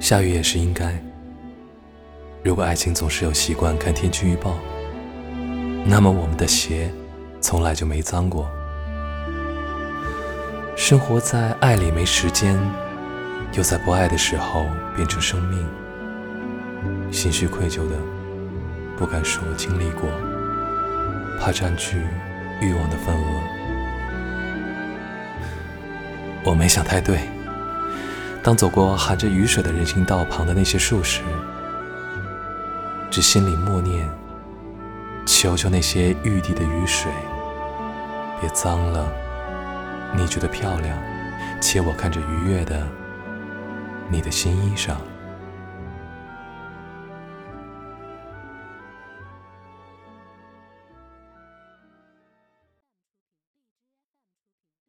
下雨也是应该。如果爱情总是有习惯看天气预报，那么我们的鞋从来就没脏过。生活在爱里没时间，又在不爱的时候变成生命，心虚愧疚的不敢说经历过，怕占据欲望的份额。我没想太对，当走过含着雨水的人行道旁的那些树时，只心里默念，求求那些玉滴的雨水别脏了你觉得漂亮且我看着愉悦的你的新衣裳。